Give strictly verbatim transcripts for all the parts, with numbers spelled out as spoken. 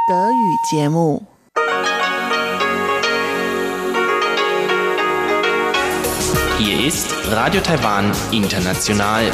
Hier ist Radio Taiwan International.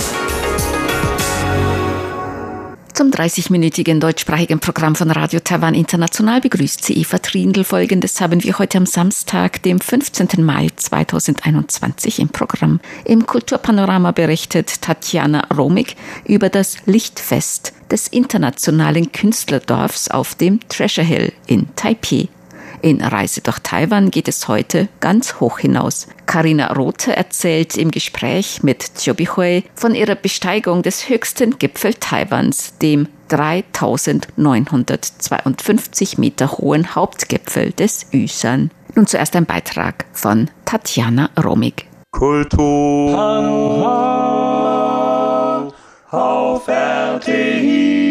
Zum dreißigminütigen deutschsprachigen Programm von Radio Taiwan International begrüßt sie Eva Trindl. Folgendes haben wir heute am Samstag, dem fünfzehnten Mai zweitausendeinundzwanzig im Programm. Im Kulturpanorama berichtet Tatjana Romig über das Lichtfest des internationalen Künstlerdorfs auf dem Treasure Hill in Taipeh. In Reise durch Taiwan geht es heute ganz hoch hinaus. Carina Rothe erzählt im Gespräch mit Chobi Hui von ihrer Besteigung des höchsten Gipfel Taiwans, dem dreitausendneunhundertzweiundfünfzig Meter hohen Hauptgipfel des Yushan. Nun zuerst ein Beitrag von Tatjana Romig. Kultur auf R T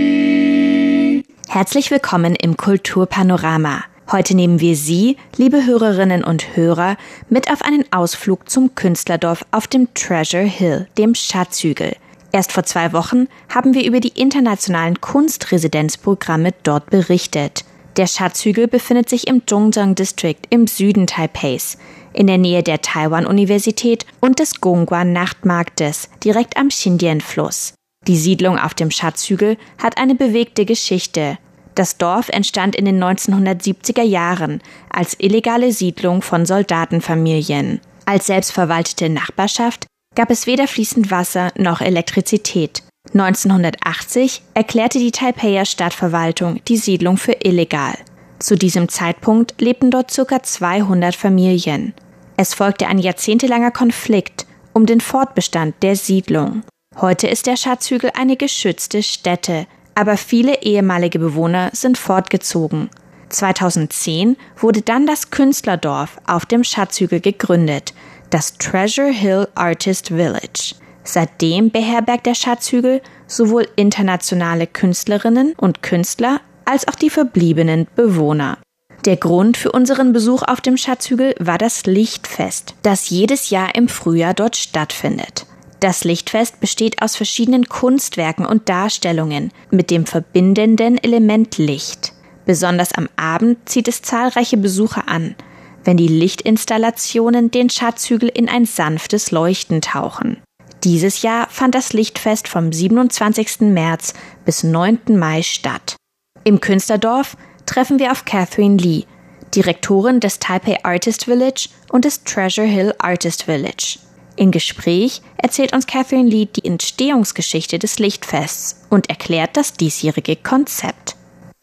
I. Herzlich willkommen im Kulturpanorama. Heute nehmen wir Sie, liebe Hörerinnen und Hörer, mit auf einen Ausflug zum Künstlerdorf auf dem Treasure Hill, dem Schatzhügel. Erst vor zwei Wochen haben wir über die internationalen Kunstresidenzprogramme dort berichtet. Der Schatzhügel befindet sich im Zhongzheng District im Süden Taipeis, in der Nähe der Taiwan-Universität und des Gongguan-Nachtmarktes, direkt am Xindian-Fluss. Die Siedlung auf dem Schatzhügel hat eine bewegte Geschichte. Das Dorf entstand in den neunzehnhundertsiebziger Jahren als illegale Siedlung von Soldatenfamilien. Als selbstverwaltete Nachbarschaft gab es weder fließend Wasser noch Elektrizität. neunzehnhundertachtzig erklärte die Taipeier Stadtverwaltung die Siedlung für illegal. Zu diesem Zeitpunkt lebten dort ca. zweihundert Familien. Es folgte ein jahrzehntelanger Konflikt um den Fortbestand der Siedlung. Heute ist der Schatzhügel eine geschützte Stätte, aber viele ehemalige Bewohner sind fortgezogen. zweitausendzehn wurde dann das Künstlerdorf auf dem Schatzhügel gegründet, das Treasure Hill Artist Village. Seitdem beherbergt der Schatzhügel sowohl internationale Künstlerinnen und Künstler als auch die verbliebenen Bewohner. Der Grund für unseren Besuch auf dem Schatzhügel war das Lichtfest, das jedes Jahr im Frühjahr dort stattfindet. Das Lichtfest besteht aus verschiedenen Kunstwerken und Darstellungen mit dem verbindenden Element Licht. Besonders am Abend zieht es zahlreiche Besucher an, wenn die Lichtinstallationen den Schatzhügel in ein sanftes Leuchten tauchen. Dieses Jahr fand das Lichtfest vom siebenundzwanzigsten März bis neunten Mai statt. Im Künstlerdorf treffen wir auf Catherine Lee, Direktorin des Taipei Artist Village und des Treasure Hill Artist Village. Im Gespräch erzählt uns Catherine Lee die Entstehungsgeschichte des Lichtfests und erklärt das diesjährige Konzept.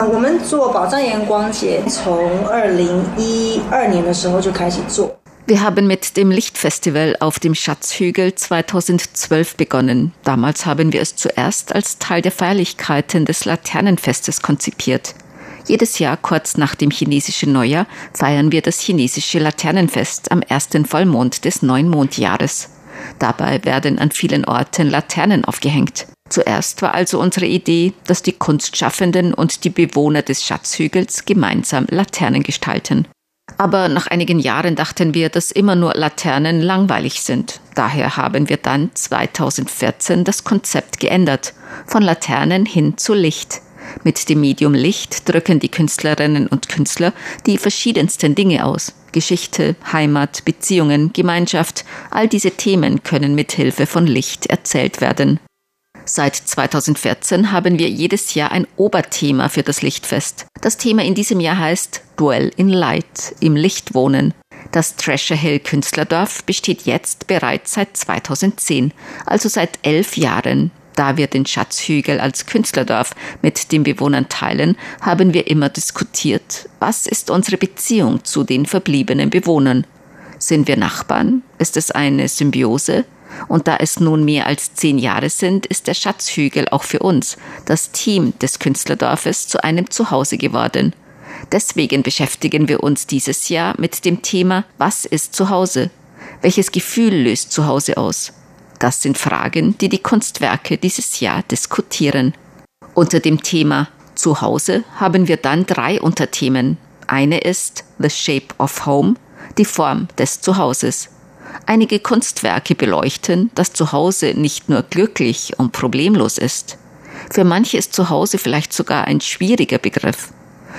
Wir haben mit dem Lichtfestival auf dem Schatzhügel zweitausendzwölf begonnen. Damals haben wir es zuerst als Teil der Feierlichkeiten des Laternenfestes konzipiert. Jedes Jahr kurz nach dem chinesischen Neujahr feiern wir das chinesische Laternenfest am ersten Vollmond des Neumondjahres. Dabei werden an vielen Orten Laternen aufgehängt. Zuerst war also unsere Idee, dass die Kunstschaffenden und die Bewohner des Schatzhügels gemeinsam Laternen gestalten. Aber nach einigen Jahren dachten wir, dass immer nur Laternen langweilig sind. Daher haben wir dann zweitausendvierzehn das Konzept geändert, von Laternen hin zu Licht. Mit dem Medium Licht drücken die Künstlerinnen und Künstler die verschiedensten Dinge aus. Geschichte, Heimat, Beziehungen, Gemeinschaft, all diese Themen können mit Hilfe von Licht erzählt werden. Seit zweitausendvierzehn haben wir jedes Jahr ein Oberthema für das Lichtfest. Das Thema in diesem Jahr heißt Dwell in Light, im Licht wohnen. Das Treasure Hill Künstlerdorf besteht jetzt bereits seit zweitausendzehn, also seit elf Jahren. Da wir den Schatzhügel als Künstlerdorf mit den Bewohnern teilen, haben wir immer diskutiert, was ist unsere Beziehung zu den verbliebenen Bewohnern? Sind wir Nachbarn? Ist es eine Symbiose? Und da es nun mehr als zehn Jahre sind, ist der Schatzhügel auch für uns, das Team des Künstlerdorfes, zu einem Zuhause geworden. Deswegen beschäftigen wir uns dieses Jahr mit dem Thema, was ist Zuhause? Welches Gefühl löst Zuhause aus? Das sind Fragen, die die Kunstwerke dieses Jahr diskutieren. Unter dem Thema Zuhause haben wir dann drei Unterthemen. Eine ist The Shape of Home, die Form des Zuhauses. Einige Kunstwerke beleuchten, dass Zuhause nicht nur glücklich und problemlos ist. Für manche ist Zuhause vielleicht sogar ein schwieriger Begriff.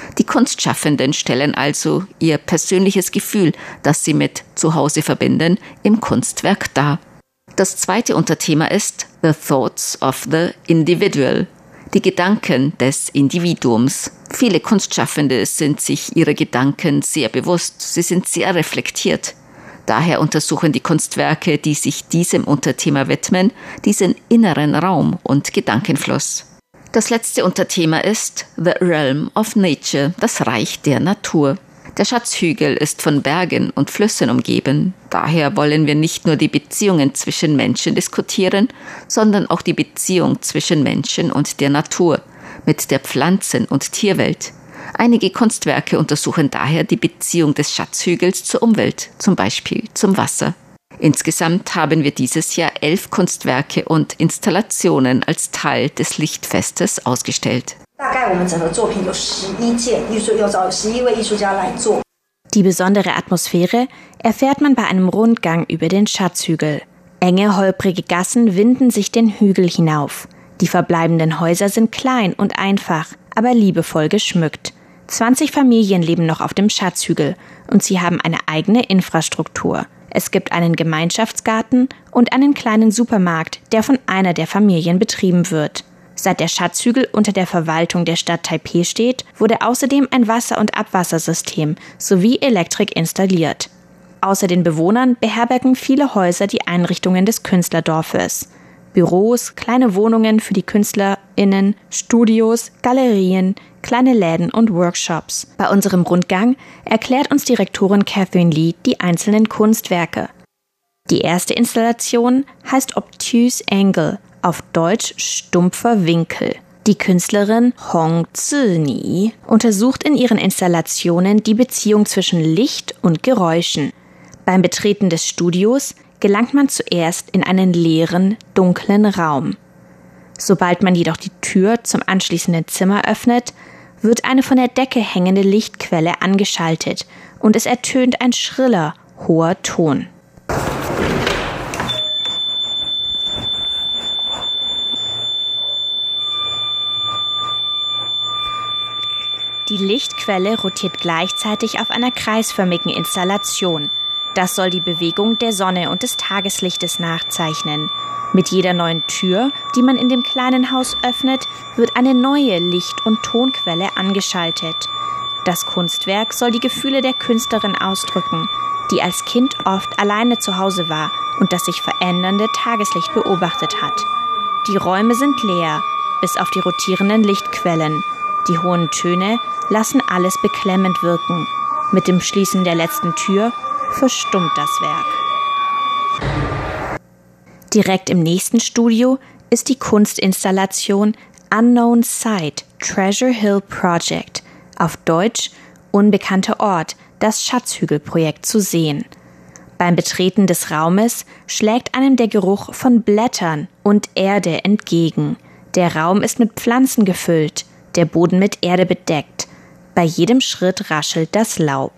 Die Kunstschaffenden stellen also ihr persönliches Gefühl, das sie mit Zuhause verbinden, im Kunstwerk dar. Das zweite Unterthema ist The Thoughts of the Individual, die Gedanken des Individuums. Viele Kunstschaffende sind sich ihrer Gedanken sehr bewusst, sie sind sehr reflektiert. Daher untersuchen die Kunstwerke, die sich diesem Unterthema widmen, diesen inneren Raum und Gedankenfluss. Das letzte Unterthema ist The Realm of Nature, das Reich der Natur. Der Schatzhügel ist von Bergen und Flüssen umgeben. Daher wollen wir nicht nur die Beziehungen zwischen Menschen diskutieren, sondern auch die Beziehung zwischen Menschen und der Natur, mit der Pflanzen- und Tierwelt. Einige Kunstwerke untersuchen daher die Beziehung des Schatzhügels zur Umwelt, zum Beispiel zum Wasser. Insgesamt haben wir dieses Jahr elf Kunstwerke und Installationen als Teil des Lichtfestes ausgestellt. Die besondere Atmosphäre erfährt man bei einem Rundgang über den Schatzhügel. Enge, holprige Gassen winden sich den Hügel hinauf. Die verbleibenden Häuser sind klein und einfach, aber liebevoll geschmückt. zwanzig Familien leben noch auf dem Schatzhügel und sie haben eine eigene Infrastruktur. Es gibt einen Gemeinschaftsgarten und einen kleinen Supermarkt, der von einer der Familien betrieben wird. Seit der Schatzhügel unter der Verwaltung der Stadt Taipeh steht, wurde außerdem ein Wasser- und Abwassersystem sowie Elektrik installiert. Außer den Bewohnern beherbergen viele Häuser die Einrichtungen des Künstlerdorfes. Büros, kleine Wohnungen für die KünstlerInnen, Studios, Galerien, kleine Läden und Workshops. Bei unserem Rundgang erklärt uns Direktorin Catherine Lee die einzelnen Kunstwerke. Die erste Installation heißt Obtuse Angle, auf Deutsch stumpfer Winkel. Die Künstlerin Hong Zi-Ni untersucht in ihren Installationen die Beziehung zwischen Licht und Geräuschen. Beim Betreten des Studios gelangt man zuerst in einen leeren, dunklen Raum. Sobald man jedoch die Tür zum anschließenden Zimmer öffnet, wird eine von der Decke hängende Lichtquelle angeschaltet und es ertönt ein schriller, hoher Ton. Die Lichtquelle rotiert gleichzeitig auf einer kreisförmigen Installation. Das soll die Bewegung der Sonne und des Tageslichtes nachzeichnen. Mit jeder neuen Tür, die man in dem kleinen Haus öffnet, wird eine neue Licht- und Tonquelle angeschaltet. Das Kunstwerk soll die Gefühle der Künstlerin ausdrücken, die als Kind oft alleine zu Hause war und das sich verändernde Tageslicht beobachtet hat. Die Räume sind leer, bis auf die rotierenden Lichtquellen. Die hohen Töne lassen alles beklemmend wirken. Mit dem Schließen der letzten Tür verstummt das Werk. Direkt im nächsten Studio ist die Kunstinstallation Unknown Site, Treasure Hill Project, auf Deutsch Unbekannter Ort, das Schatzhügelprojekt zu sehen. Beim Betreten des Raumes schlägt einem der Geruch von Blättern und Erde entgegen. Der Raum ist mit Pflanzen gefüllt, der Boden mit Erde bedeckt. Bei jedem Schritt raschelt das Laub.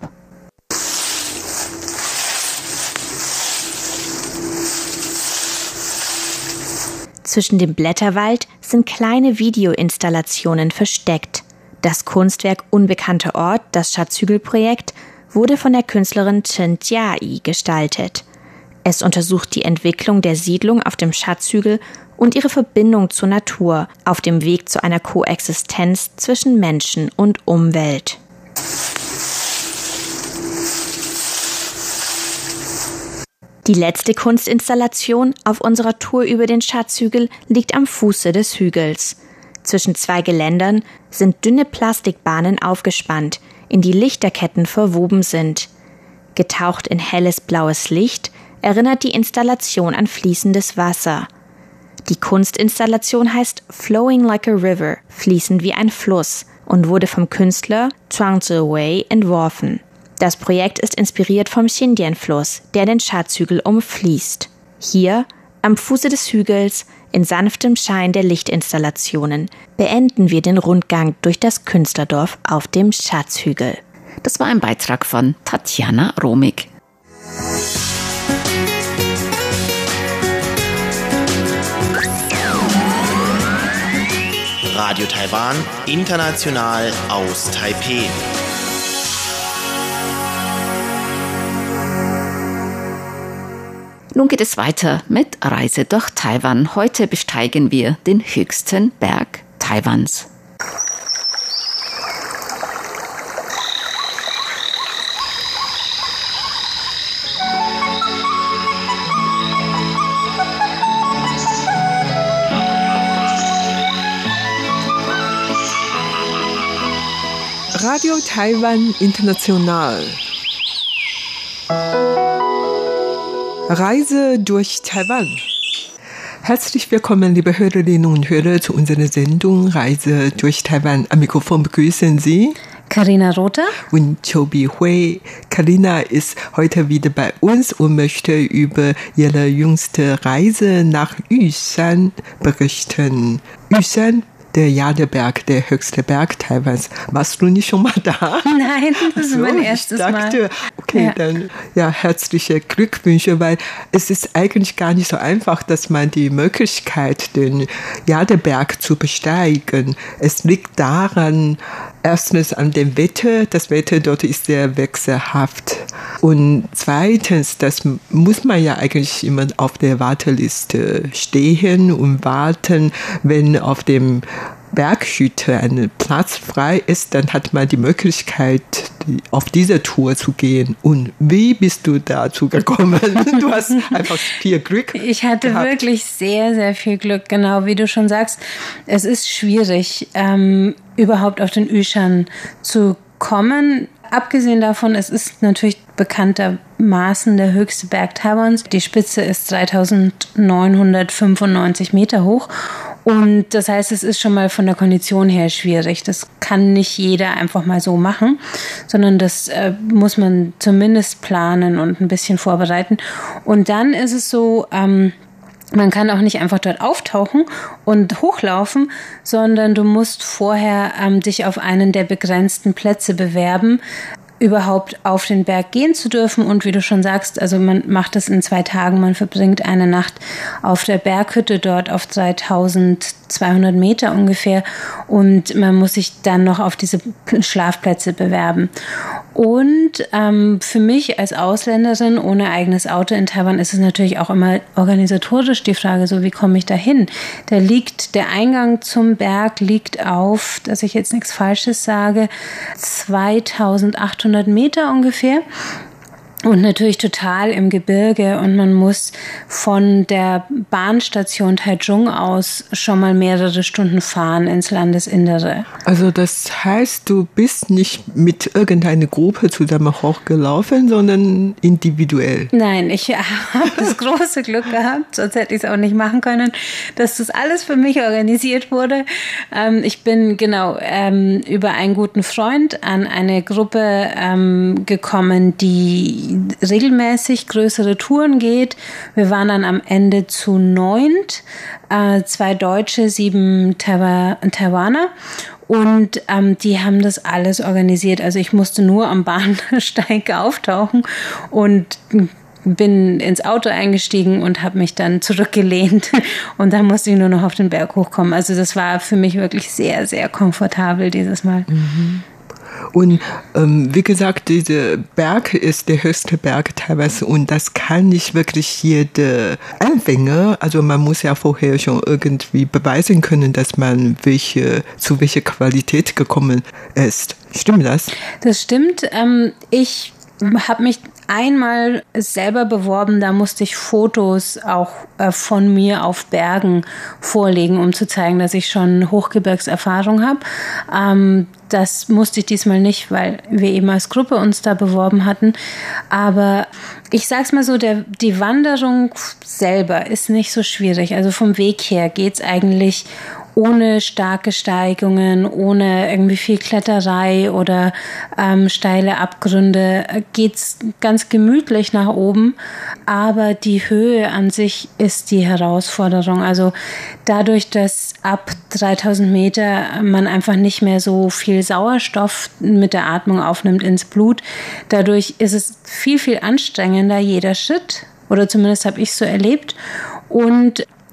Zwischen dem Blätterwald sind kleine Videoinstallationen versteckt. Das Kunstwerk Unbekannter Ort, das Schatzhügelprojekt, wurde von der Künstlerin Chen Jiayi gestaltet. Es untersucht die Entwicklung der Siedlung auf dem Schatzhügel und ihre Verbindung zur Natur auf dem Weg zu einer Koexistenz zwischen Menschen und Umwelt. Die letzte Kunstinstallation auf unserer Tour über den Schatzhügel liegt am Fuße des Hügels. Zwischen zwei Geländern sind dünne Plastikbahnen aufgespannt, in die Lichterketten verwoben sind. Getaucht in helles blaues Licht erinnert die Installation an fließendes Wasser. Die Kunstinstallation heißt Flowing Like a River, fließend wie ein Fluss, und wurde vom Künstler Zhuang Ziwei entworfen. Das Projekt ist inspiriert vom Xindian-Fluss, der den Schatzhügel umfließt. Hier, am Fuße des Hügels, in sanftem Schein der Lichtinstallationen, beenden wir den Rundgang durch das Künstlerdorf auf dem Schatzhügel. Das war ein Beitrag von Tatjana Romig. Radio Taiwan, international aus Taipeh. Nun geht es weiter mit Reise durch Taiwan. Heute besteigen wir den höchsten Berg Taiwans. Radio Taiwan International. Reise durch Taiwan. Herzlich willkommen, liebe Hörerinnen und Hörer, zu unserer Sendung Reise durch Taiwan. Am Mikrofon begrüßen Sie Carina Rother und Chobi Hui. Carina ist heute wieder bei uns und möchte über ihre jüngste Reise nach Yushan berichten. Yushan, der Jadeberg, der höchste Berg Taiwans. Warst du nicht schon mal da? Nein, das ist so, mein erstes ich dachte, Mal. Okay, ja. dann ja, herzliche Glückwünsche, weil es ist eigentlich gar nicht so einfach, dass man die Möglichkeit, den Jadeberg zu besteigen. Es liegt daran, erstens an dem Wetter. Das Wetter dort ist sehr wechselhaft. Und zweitens, das muss man ja eigentlich immer auf der Warteliste stehen und warten, wenn auf dem Berghütte ein Platz frei ist, dann hat man die Möglichkeit, auf diese Tour zu gehen. Und wie bist du dazu gekommen? Du hast einfach viel Glück Ich hatte gehabt. wirklich sehr, sehr viel Glück. Genau, wie du schon sagst, es ist schwierig, ähm, überhaupt auf den Yushan zu kommen. Abgesehen davon, es ist natürlich bekanntermaßen der höchste Berg Taiwans. Die Spitze ist dreitausendneunhundertfünfundneunzig Meter hoch. Und das heißt, es ist schon mal von der Kondition her schwierig. Das kann nicht jeder einfach mal so machen, sondern das äh, muss man zumindest planen und ein bisschen vorbereiten. Und dann ist es so, ähm, man kann auch nicht einfach dort auftauchen und hochlaufen, sondern du musst vorher ähm, dich auf einen der begrenzten Plätze bewerben, überhaupt auf den Berg gehen zu dürfen. Und wie du schon sagst, also man macht das in zwei Tagen. Man verbringt eine Nacht auf der Berghütte dort auf dreitausendzweihundert Meter ungefähr. Und man muss sich dann noch auf diese Schlafplätze bewerben. Und ähm, für mich als Ausländerin ohne eigenes Auto in Taiwan ist es natürlich auch immer organisatorisch die Frage, so wie komme ich da hin? Da liegt, der Eingang zum Berg liegt auf, dass ich jetzt nichts Falsches sage, zweitausendachthundert Meter ungefähr. Und natürlich total im Gebirge und man muss von der Bahnstation Taichung aus schon mal mehrere Stunden fahren ins Landesinnere. Also das heißt, du bist nicht mit irgendeiner Gruppe zusammen hochgelaufen, sondern individuell? Nein, ich habe das große Glück gehabt, sonst hätte ich es auch nicht machen können, dass das alles für mich organisiert wurde. Ähm, ich bin genau ähm, über einen guten Freund an eine Gruppe ähm, gekommen, die regelmäßig größere Touren geht. Wir waren dann am Ende zu neunt, äh, zwei Deutsche, sieben Taiwa- Taiwaner. Und ähm, die haben das alles organisiert. Also ich musste nur am Bahnsteig auftauchen und bin ins Auto eingestiegen und habe mich dann zurückgelehnt. Und dann musste ich nur noch auf den Berg hochkommen. Also das war für mich wirklich sehr, sehr komfortabel dieses Mal. Mhm. Und ähm, wie gesagt, dieser Berg ist der höchste Berg Taiwans und das kann nicht wirklich jeder Anfänger, also man muss ja vorher schon irgendwie beweisen können, dass man welche, zu welcher Qualität gekommen ist. Stimmt das? Das stimmt. Ähm, ich habe mich einmal selber beworben, da musste ich Fotos auch äh, von mir auf Bergen vorlegen, um zu zeigen, dass ich schon Hochgebirgserfahrung habe. Ähm, das musste ich diesmal nicht, weil wir eben als Gruppe uns da beworben hatten. Aber ich sag's mal so, der, die Wanderung selber ist nicht so schwierig. Also vom Weg her geht's eigentlich ohne starke Steigungen, ohne irgendwie viel Kletterei oder ähm, steile Abgründe, geht's ganz gemütlich nach oben. Aber die Höhe an sich ist die Herausforderung. Also dadurch, dass ab dreitausend Meter man einfach nicht mehr so viel Sauerstoff mit der Atmung aufnimmt ins Blut, dadurch ist es viel, viel anstrengender, jeder Schritt. Oder zumindest habe ich es so erlebt. Und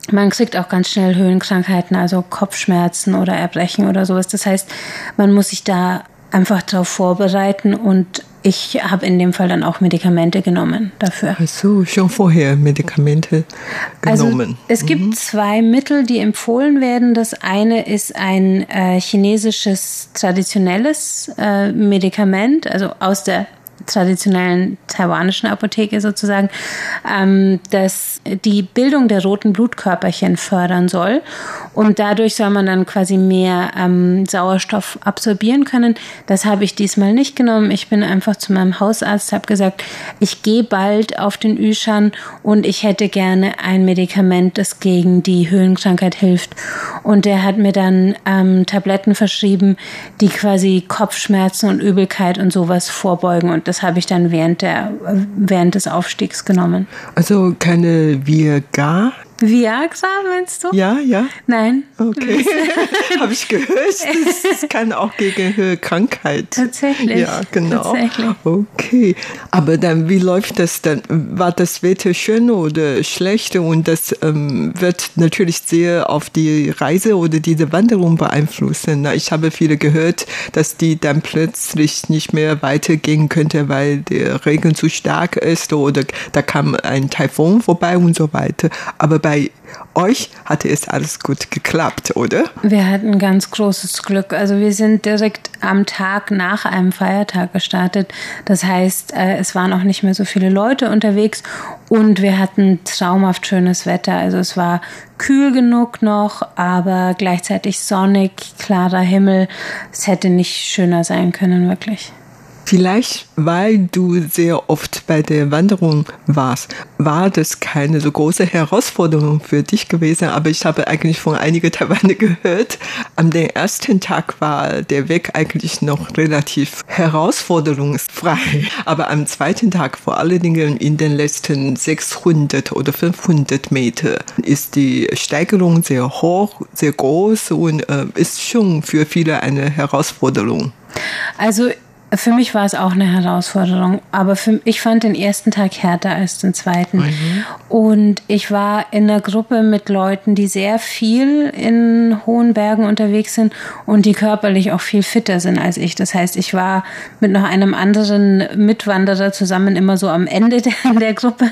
man kriegt auch ganz schnell Höhenkrankheiten, also Kopfschmerzen oder Erbrechen oder sowas. Das heißt, man muss sich da einfach darauf vorbereiten und ich habe in dem Fall dann auch Medikamente genommen dafür. Ach so, schon vorher Medikamente genommen. Also es gibt mhm. zwei Mittel, die empfohlen werden. Das eine ist ein äh, chinesisches traditionelles äh, Medikament, also aus der traditionellen taiwanischen Apotheke sozusagen, ähm, das die Bildung der roten Blutkörperchen fördern soll und dadurch soll man dann quasi mehr ähm, Sauerstoff absorbieren können. Das habe ich diesmal nicht genommen. Ich bin einfach zu meinem Hausarzt, habe gesagt, ich gehe bald auf den Yushan und ich hätte gerne ein Medikament, das gegen die Höhenkrankheit hilft. Und der hat mir dann ähm, Tabletten verschrieben, die quasi Kopfschmerzen und Übelkeit und sowas vorbeugen. Und das habe ich dann während der während des Aufstiegs genommen. Also keine Viagra? Viagra, meinst du? Ja, ja. Nein. Okay. Habe ich gehört. Das kann auch gegen Höhenkrankheit. Tatsächlich. Ja, genau. Tatsächlich. Okay. Aber dann, wie läuft das dann? War das Wetter schön oder schlecht? Und das ähm, wird natürlich sehr auf die Reise oder diese Wanderung beeinflussen. Ich habe viele gehört, dass die dann plötzlich nicht mehr weitergehen könnte, weil der Regen zu stark ist oder da kam ein Taifun vorbei und so weiter. Aber bei euch hatte es alles gut geklappt, oder? Wir hatten ganz großes Glück. Also wir sind direkt am Tag nach einem Feiertag gestartet. Das heißt, es waren auch nicht mehr so viele Leute unterwegs und wir hatten traumhaft schönes Wetter. Also es war kühl genug noch, aber gleichzeitig sonnig, klarer Himmel. Es hätte nicht schöner sein können, wirklich. Vielleicht, weil du sehr oft bei der Wanderung warst, war das keine so große Herausforderung für dich gewesen. Aber ich habe eigentlich von einigen Taiwaner gehört, am den ersten Tag war der Weg eigentlich noch relativ herausforderungsfrei. Aber am zweiten Tag, vor allen Dingen in den letzten sechshundert oder fünfhundert Meter, ist die Steigerung sehr hoch, sehr groß und äh, ist schon für viele eine Herausforderung. Also für mich war es auch eine Herausforderung, aber für, ich fand den ersten Tag härter als den zweiten. Mhm. Und ich war in einer Gruppe mit Leuten, die sehr viel in hohen Bergen unterwegs sind und die körperlich auch viel fitter sind als ich. Das heißt, ich war mit noch einem anderen Mitwanderer zusammen immer so am Ende der, der Gruppe.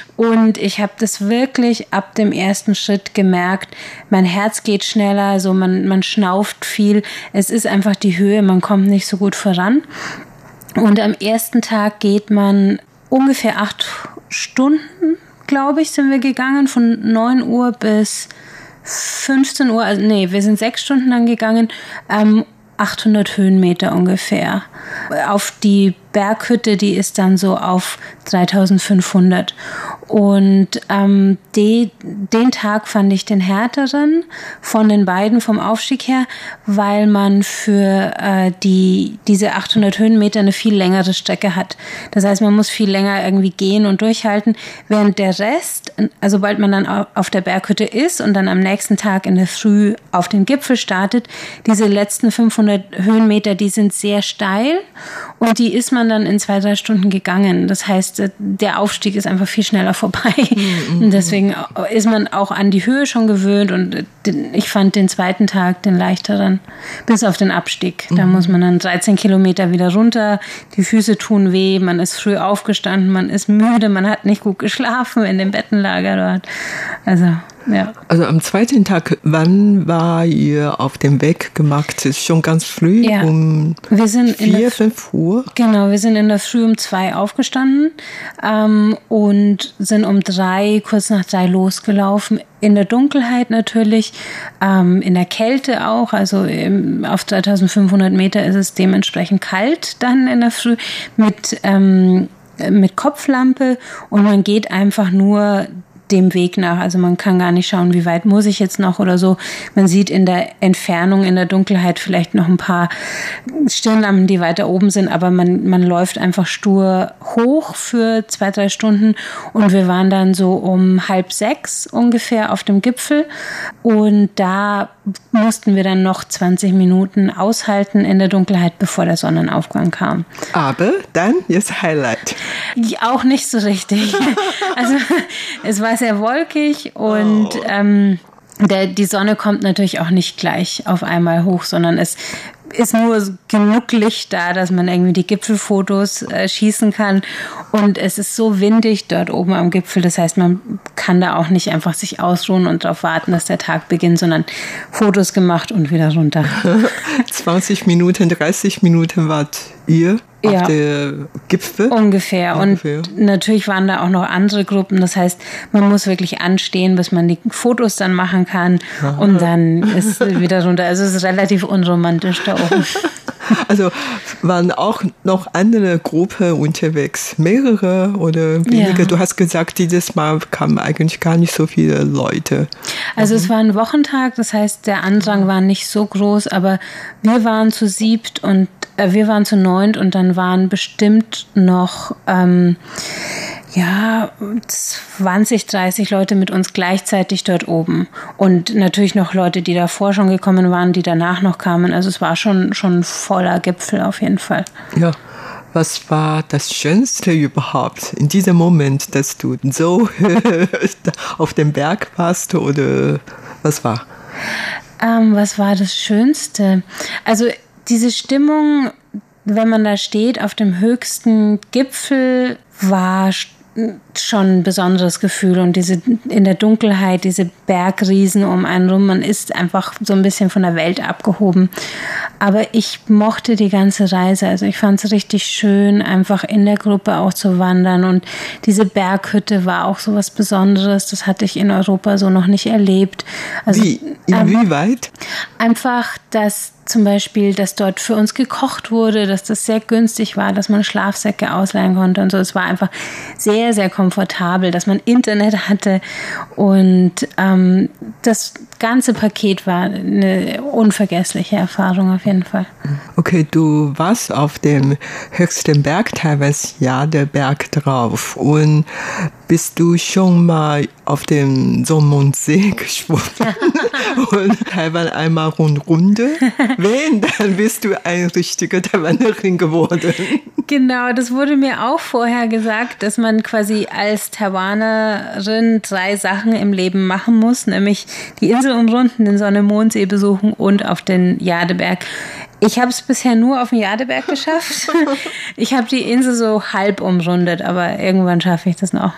Und ich habe das wirklich ab dem ersten Schritt gemerkt. Mein Herz geht schneller, so man, man schnauft viel. Es ist einfach die Höhe, man kommt nicht so gut voran. Und am ersten Tag geht man ungefähr acht Stunden, glaube ich, sind wir gegangen, von neun Uhr bis fünfzehn Uhr. Also nee, wir sind sechs Stunden dann gegangen, ähm, achthundert Höhenmeter ungefähr. Auf die Berghütte, die ist dann so auf dreitausendfünfhundert. Und ähm, die, den Tag fand ich den härteren von den beiden vom Aufstieg her, weil man für äh, die diese achthundert Höhenmeter eine viel längere Strecke hat. Das heißt, man muss viel länger irgendwie gehen und durchhalten, während der Rest, also sobald man dann auf der Berghütte ist und dann am nächsten Tag in der Früh auf den Gipfel startet, diese letzten fünfhundert Höhenmeter, die sind sehr steil und die ist man dann in zwei, drei Stunden gegangen. Das heißt, der Aufstieg ist einfach viel schneller vorbei. Mhm. Und deswegen ist man auch an die Höhe schon gewöhnt und ich fand den zweiten Tag den leichteren, bis auf den Abstieg. Da mhm. muss man dann dreizehn Kilometer wieder runter, die Füße tun weh, man ist früh aufgestanden, man ist müde, man hat nicht gut geschlafen in dem Bettenlager dort. Also, ja. Also am zweiten Tag, wann war ihr auf dem Weg gemacht? Es ist schon ganz früh, ja. um wir sind vier, fünf Uhr? Genau, wir sind in der Früh um zwei aufgestanden ähm, und sind um drei, kurz nach drei losgelaufen. In der Dunkelheit natürlich, ähm, in der Kälte auch, also im, auf dreitausendfünfhundert Meter ist es dementsprechend kalt dann in der Früh mit, ähm, mit Kopflampe und man geht einfach nur dem Weg nach. Also man kann gar nicht schauen, wie weit muss ich jetzt noch oder so. Man sieht in der Entfernung, in der Dunkelheit vielleicht noch ein paar Stirnlampen, die weiter oben sind, aber man, man läuft einfach stur hoch für zwei, drei Stunden und wir waren dann so um halb sechs ungefähr auf dem Gipfel und da mussten wir dann noch zwanzig Minuten aushalten in der Dunkelheit, bevor der Sonnenaufgang kam. Aber dann jetzt Highlight. Auch nicht so richtig. Also es war sehr wolkig und oh. ähm, der, die Sonne kommt natürlich auch nicht gleich auf einmal hoch, sondern es ist nur genug Licht da, dass man irgendwie die Gipfelfotos äh, schießen kann. Und es ist so windig dort oben am Gipfel. Das heißt, man kann da auch nicht einfach sich ausruhen und darauf warten, dass der Tag beginnt, sondern Fotos gemacht und wieder runter. zwanzig Minuten, dreißig Minuten wart ihr auf ja, der Gipfel? Ungefähr. Ungefähr. Und natürlich waren da auch noch andere Gruppen. Das heißt, man muss wirklich anstehen, bis man die Fotos dann machen kann. Aha. Und dann ist wieder runter. Also es ist relativ unromantisch da oben. Also waren auch noch andere Gruppen unterwegs? Mehrere oder weniger? Ja. Du hast gesagt, dieses Mal kamen eigentlich gar nicht so viele Leute. Also mhm. es war ein Wochentag, das heißt, der Andrang war nicht so groß, aber wir waren zu siebt und äh, wir waren zu neunt und dann waren bestimmt noch ähm, ja, zwanzig, dreißig Leute mit uns gleichzeitig dort oben. Und natürlich noch Leute, die davor schon gekommen waren, die danach noch kamen. Also es war schon, schon ein voller Gipfel auf jeden Fall. Ja, was war das Schönste überhaupt in diesem Moment, dass du so auf dem Berg warst oder was war? Ähm, was war das Schönste? Also diese Stimmung, wenn man da steht auf dem höchsten Gipfel, war schon ein besonderes Gefühl und diese in der Dunkelheit, diese Bergriesen um einen rum, man ist einfach so ein bisschen von der Welt abgehoben. Aber ich mochte die ganze Reise, also ich fand es richtig schön, einfach in der Gruppe auch zu wandern und diese Berghütte war auch so was Besonderes, das hatte ich in Europa so noch nicht erlebt. Also, Wie? Inwieweit? Ähm, einfach, dass zum Beispiel, dass dort für uns gekocht wurde, dass das sehr günstig war, dass man Schlafsäcke ausleihen konnte und so. Es war einfach sehr, sehr komfortabel, dass man Internet hatte und ähm, das ganze Paket war eine unvergessliche Erfahrung auf jeden Fall. Okay, du warst auf dem höchsten Berg, teilweise ja, der Berg drauf. Und bist du schon mal auf dem Sommondsee geschwommen und teilweise einmal rundrunde? Wenn, dann bist du ein richtiger Taiwanerin geworden. Genau, das wurde mir auch vorher gesagt, dass man quasi als Taiwanerin drei Sachen im Leben machen muss, nämlich die Insel umrunden, den Sonne-Mondsee besuchen und auf den Jadeberg. Ich habe es bisher nur auf den Jadeberg geschafft. Ich habe die Insel so halb umrundet, aber irgendwann schaffe ich das noch.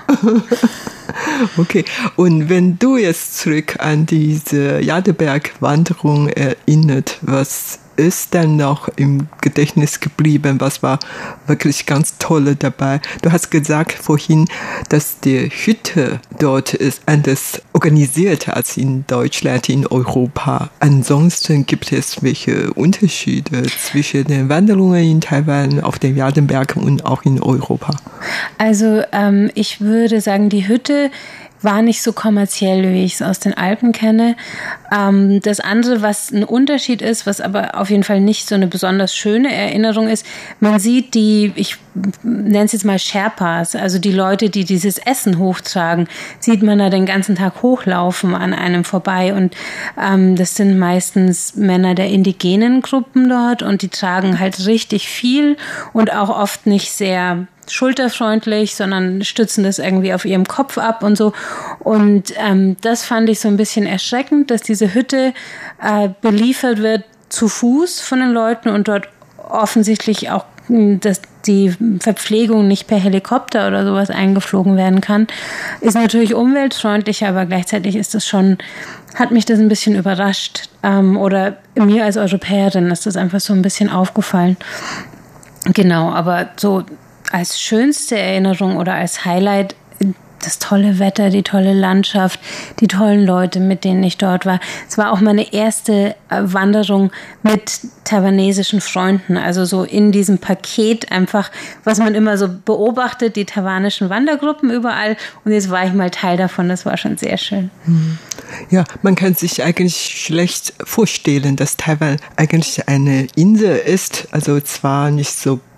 Okay, und wenn du jetzt zurück an diese Jadeberg-Wanderung erinnert, was ist denn noch im Gedächtnis geblieben? Was war wirklich ganz toll dabei? Du hast gesagt vorhin, dass die Hütte dort ist anders organisiert als in Deutschland, in Europa. Ansonsten gibt es welche Unterschiede zwischen den Wanderungen in Taiwan, auf dem Jadeberg und auch in Europa? Also ähm, ich würde sagen, die Hütte war nicht so kommerziell, wie ich es aus den Alpen kenne. Ähm, das andere, was ein Unterschied ist, was aber auf jeden Fall nicht so eine besonders schöne Erinnerung ist, man sieht die, ich nenne es jetzt mal Sherpas, also die Leute, die dieses Essen hochtragen, sieht man da den ganzen Tag hochlaufen an einem vorbei und ähm, das sind meistens Männer der indigenen Gruppen dort und die tragen halt richtig viel und auch oft nicht sehr schulterfreundlich, sondern stützen das irgendwie auf ihrem Kopf ab und so. Und ähm, das fand ich so ein bisschen erschreckend, dass diese Hütte äh, beliefert wird zu Fuß von den Leuten und dort offensichtlich auch dass die Verpflegung nicht per Helikopter oder sowas eingeflogen werden kann. Ist natürlich umweltfreundlicher, aber gleichzeitig ist das schon, hat mich das ein bisschen überrascht. Ähm, oder mir als Europäerin ist das einfach so ein bisschen aufgefallen. Genau, aber so als schönste Erinnerung oder als Highlight das tolle Wetter, die tolle Landschaft, die tollen Leute, mit denen ich dort war. Es war auch meine erste Wanderung mit taiwanesischen Freunden, also so in diesem Paket einfach, was man immer so beobachtet, die taiwanischen Wandergruppen überall und jetzt war ich mal Teil davon, das war schon sehr schön. Ja, man kann sich eigentlich schlecht vorstellen, dass Taiwan eigentlich eine Insel ist, also zwar nicht so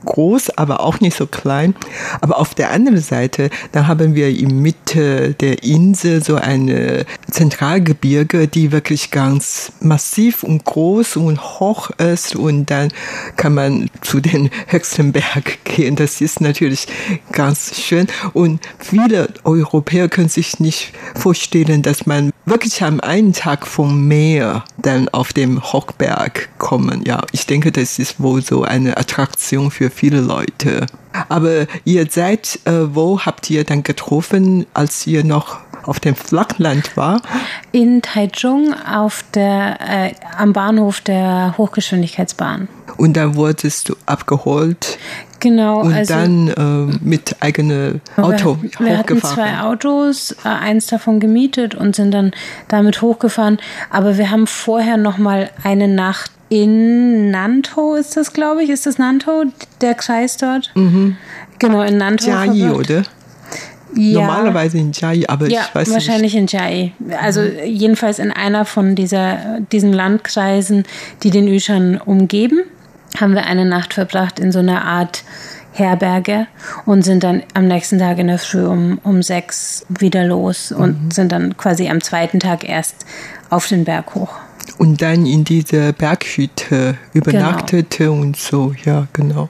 groß, aber auch nicht so klein. Aber auf der anderen Seite, da haben wir in Mitte der Insel so eine Zentralgebirge, die wirklich ganz massiv und groß und hoch ist. Und dann kann man zu den höchsten Berg gehen. Das ist natürlich ganz schön. Und viele Europäer können sich nicht vorstellen, dass man wirklich am einen Tag vom Meer dann auf dem Hochberg kommen. Ja, ich denke, das ist wohl so eine Attraktion für viele Leute. Aber ihr seid, äh, wo habt ihr dann getroffen, als ihr noch auf dem Flachland war? In Taichung auf der, äh, am Bahnhof der Hochgeschwindigkeitsbahn. Und dann wurdest du abgeholt? Genau. Und also, dann äh, mit eigenem Auto wir, hochgefahren? Wir hatten zwei Autos, äh, eins davon gemietet und sind dann damit hochgefahren. Aber wir haben vorher noch mal eine Nacht in Nantou, ist das, glaube ich, ist das Nantou, der Kreis dort? Mhm. Genau, in Nantou. Jiayi, oder? Ja. Normalerweise in Jiayi, aber ja, ich weiß nicht. Wahrscheinlich in Jiayi. Also mhm. jedenfalls in einer von dieser, diesen Landkreisen, die den Yushan umgeben, haben wir eine Nacht verbracht in so einer Art Herberge und sind dann am nächsten Tag in der Früh um, um sechs wieder los und mhm. sind dann quasi am zweiten Tag erst auf den Berg hoch. Und dann in diese Berghütte übernachtete genau. und so, ja, genau.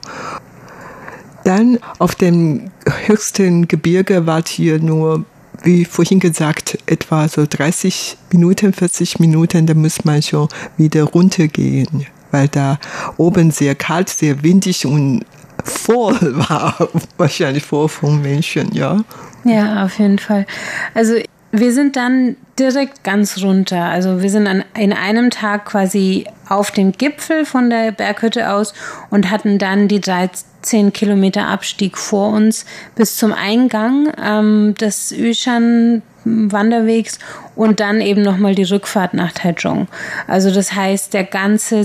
Dann auf dem höchsten Gebirge wart ihr nur, wie vorhin gesagt, etwa so dreißig Minuten, vierzig Minuten, da muss man schon wieder runtergehen, weil da oben sehr kalt, sehr windig und voll war, wahrscheinlich voll von Menschen, ja. Ja, auf jeden Fall. Also wir sind dann direkt ganz runter. Also wir sind an, in einem Tag quasi auf dem Gipfel von der Berghütte aus und hatten dann die dreizehn Kilometer Abstieg vor uns bis zum Eingang ähm, des Yushan Wanderwegs und dann eben nochmal die Rückfahrt nach Taichung. Also das heißt, der ganze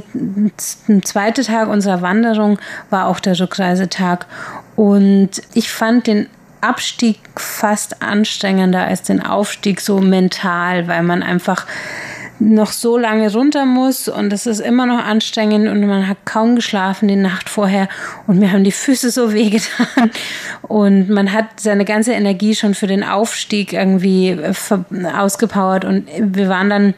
zweite Tag unserer Wanderung war auch der Rückreisetag. Und ich fand den Abstieg fast anstrengender als den Aufstieg, so mental, weil man einfach noch so lange runter muss und es ist immer noch anstrengend und man hat kaum geschlafen die Nacht vorher und mir haben die Füße so wehgetan und man hat seine ganze Energie schon für den Aufstieg irgendwie ausgepowert und wir waren dann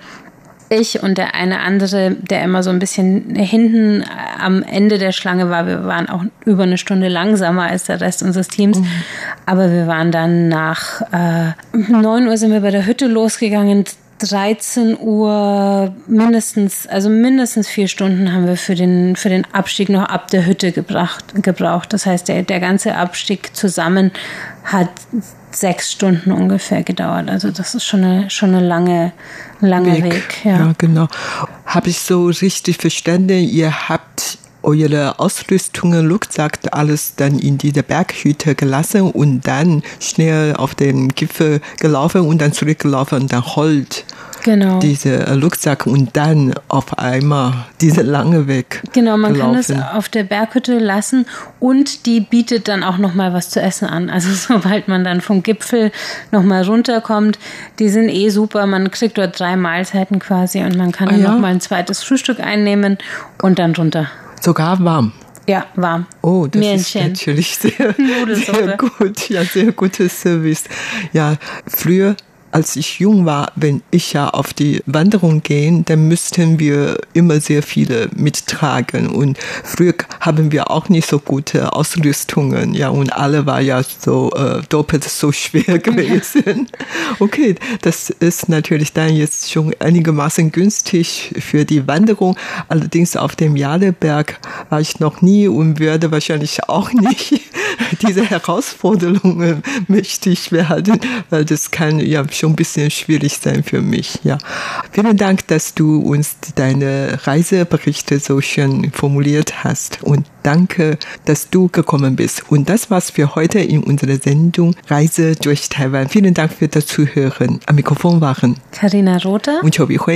ich und der eine andere, der immer so ein bisschen hinten am Ende der Schlange war. Wir waren auch über eine Stunde langsamer als der Rest unseres Teams. Mhm. Aber wir waren dann nach äh, neun Uhr sind wir bei der Hütte losgegangen. dreizehn Uhr mindestens, also mindestens vier Stunden haben wir für den, für den Abstieg noch ab der Hütte gebracht, gebraucht. Das heißt, der, der ganze Abstieg zusammen hat sechs Stunden ungefähr gedauert. Also das ist schon eine, schon eine lange, langer Weg. Weg ja. ja, genau. Habe ich so richtig verstanden, ihr habt eure Ausrüstungen, Rucksack, alles dann in diese Berghütte gelassen und dann schnell auf den Gipfel gelaufen und dann zurückgelaufen und dann holt genau. diese Rucksack und dann auf einmal diese lange Weg Genau, man gelaufen. kann es auf der Berghütte lassen und die bietet dann auch nochmal was zu essen an. Also sobald man dann vom Gipfel nochmal runterkommt, die sind eh super, man kriegt dort drei Mahlzeiten quasi und man kann ah, dann ja? nochmal ein zweites Frühstück einnehmen und dann runter. Sogar warm. Ja, warm. Oh, das Mähnchen. ist natürlich sehr, sehr gut. Ja, sehr gutes Service. Ja, früher, als ich jung war, wenn ich ja auf die Wanderung gehen, dann müssten wir immer sehr viele mittragen. Und früher haben wir auch nicht so gute Ausrüstungen. Ja, und alle war ja so äh, doppelt so schwer gewesen. Okay, das ist natürlich dann jetzt schon einigermaßen günstig für die Wanderung. Allerdings auf dem Jadeberg war ich noch nie und werde wahrscheinlich auch nicht diese Herausforderungen mächtig werden, weil das kann ja schon ein bisschen schwierig sein für mich. Ja. Vielen Dank, dass du uns deine Reiseberichte so schön formuliert hast und danke, dass du gekommen bist. Und das war's für heute in unserer Sendung Reise durch Taiwan. Vielen Dank für das Zuhören. Am Mikrofon waren Carina Rother und Chobi Hui.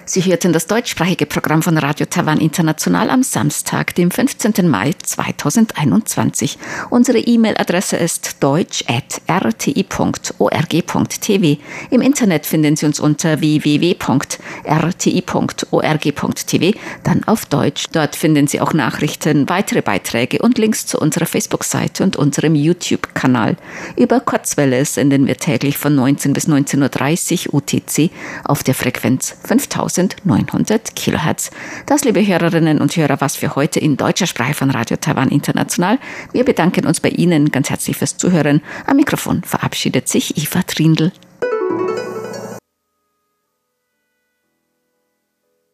Sie hörten das deutschsprachige Programm von Radio Taiwan International am Samstag, dem fünfzehnten Mai zweitausendeinundzwanzig. Unsere E-Mail-Adresse ist deutsch at r t i punkt org punkt t v. Im Internet finden Sie uns unter w w w punkt r t i punkt org punkt t v, dann auf Deutsch. Dort finden Sie auch Nachrichten, weitere Beiträge und Links zu unserer Facebook-Seite und unserem YouTube-Kanal. Über Kurzwelle senden wir täglich von neunzehn bis neunzehn Uhr dreißig U T C auf der Frequenz fünftausendneunhundert Kilohertz. Das, liebe Hörerinnen und Hörer, was für heute in deutscher Sprache von Radio Taiwan International. Wir bedanken uns bei Ihnen ganz herzlich fürs Zuhören. Am Mikrofon verabschiedet sich Eva Trindl.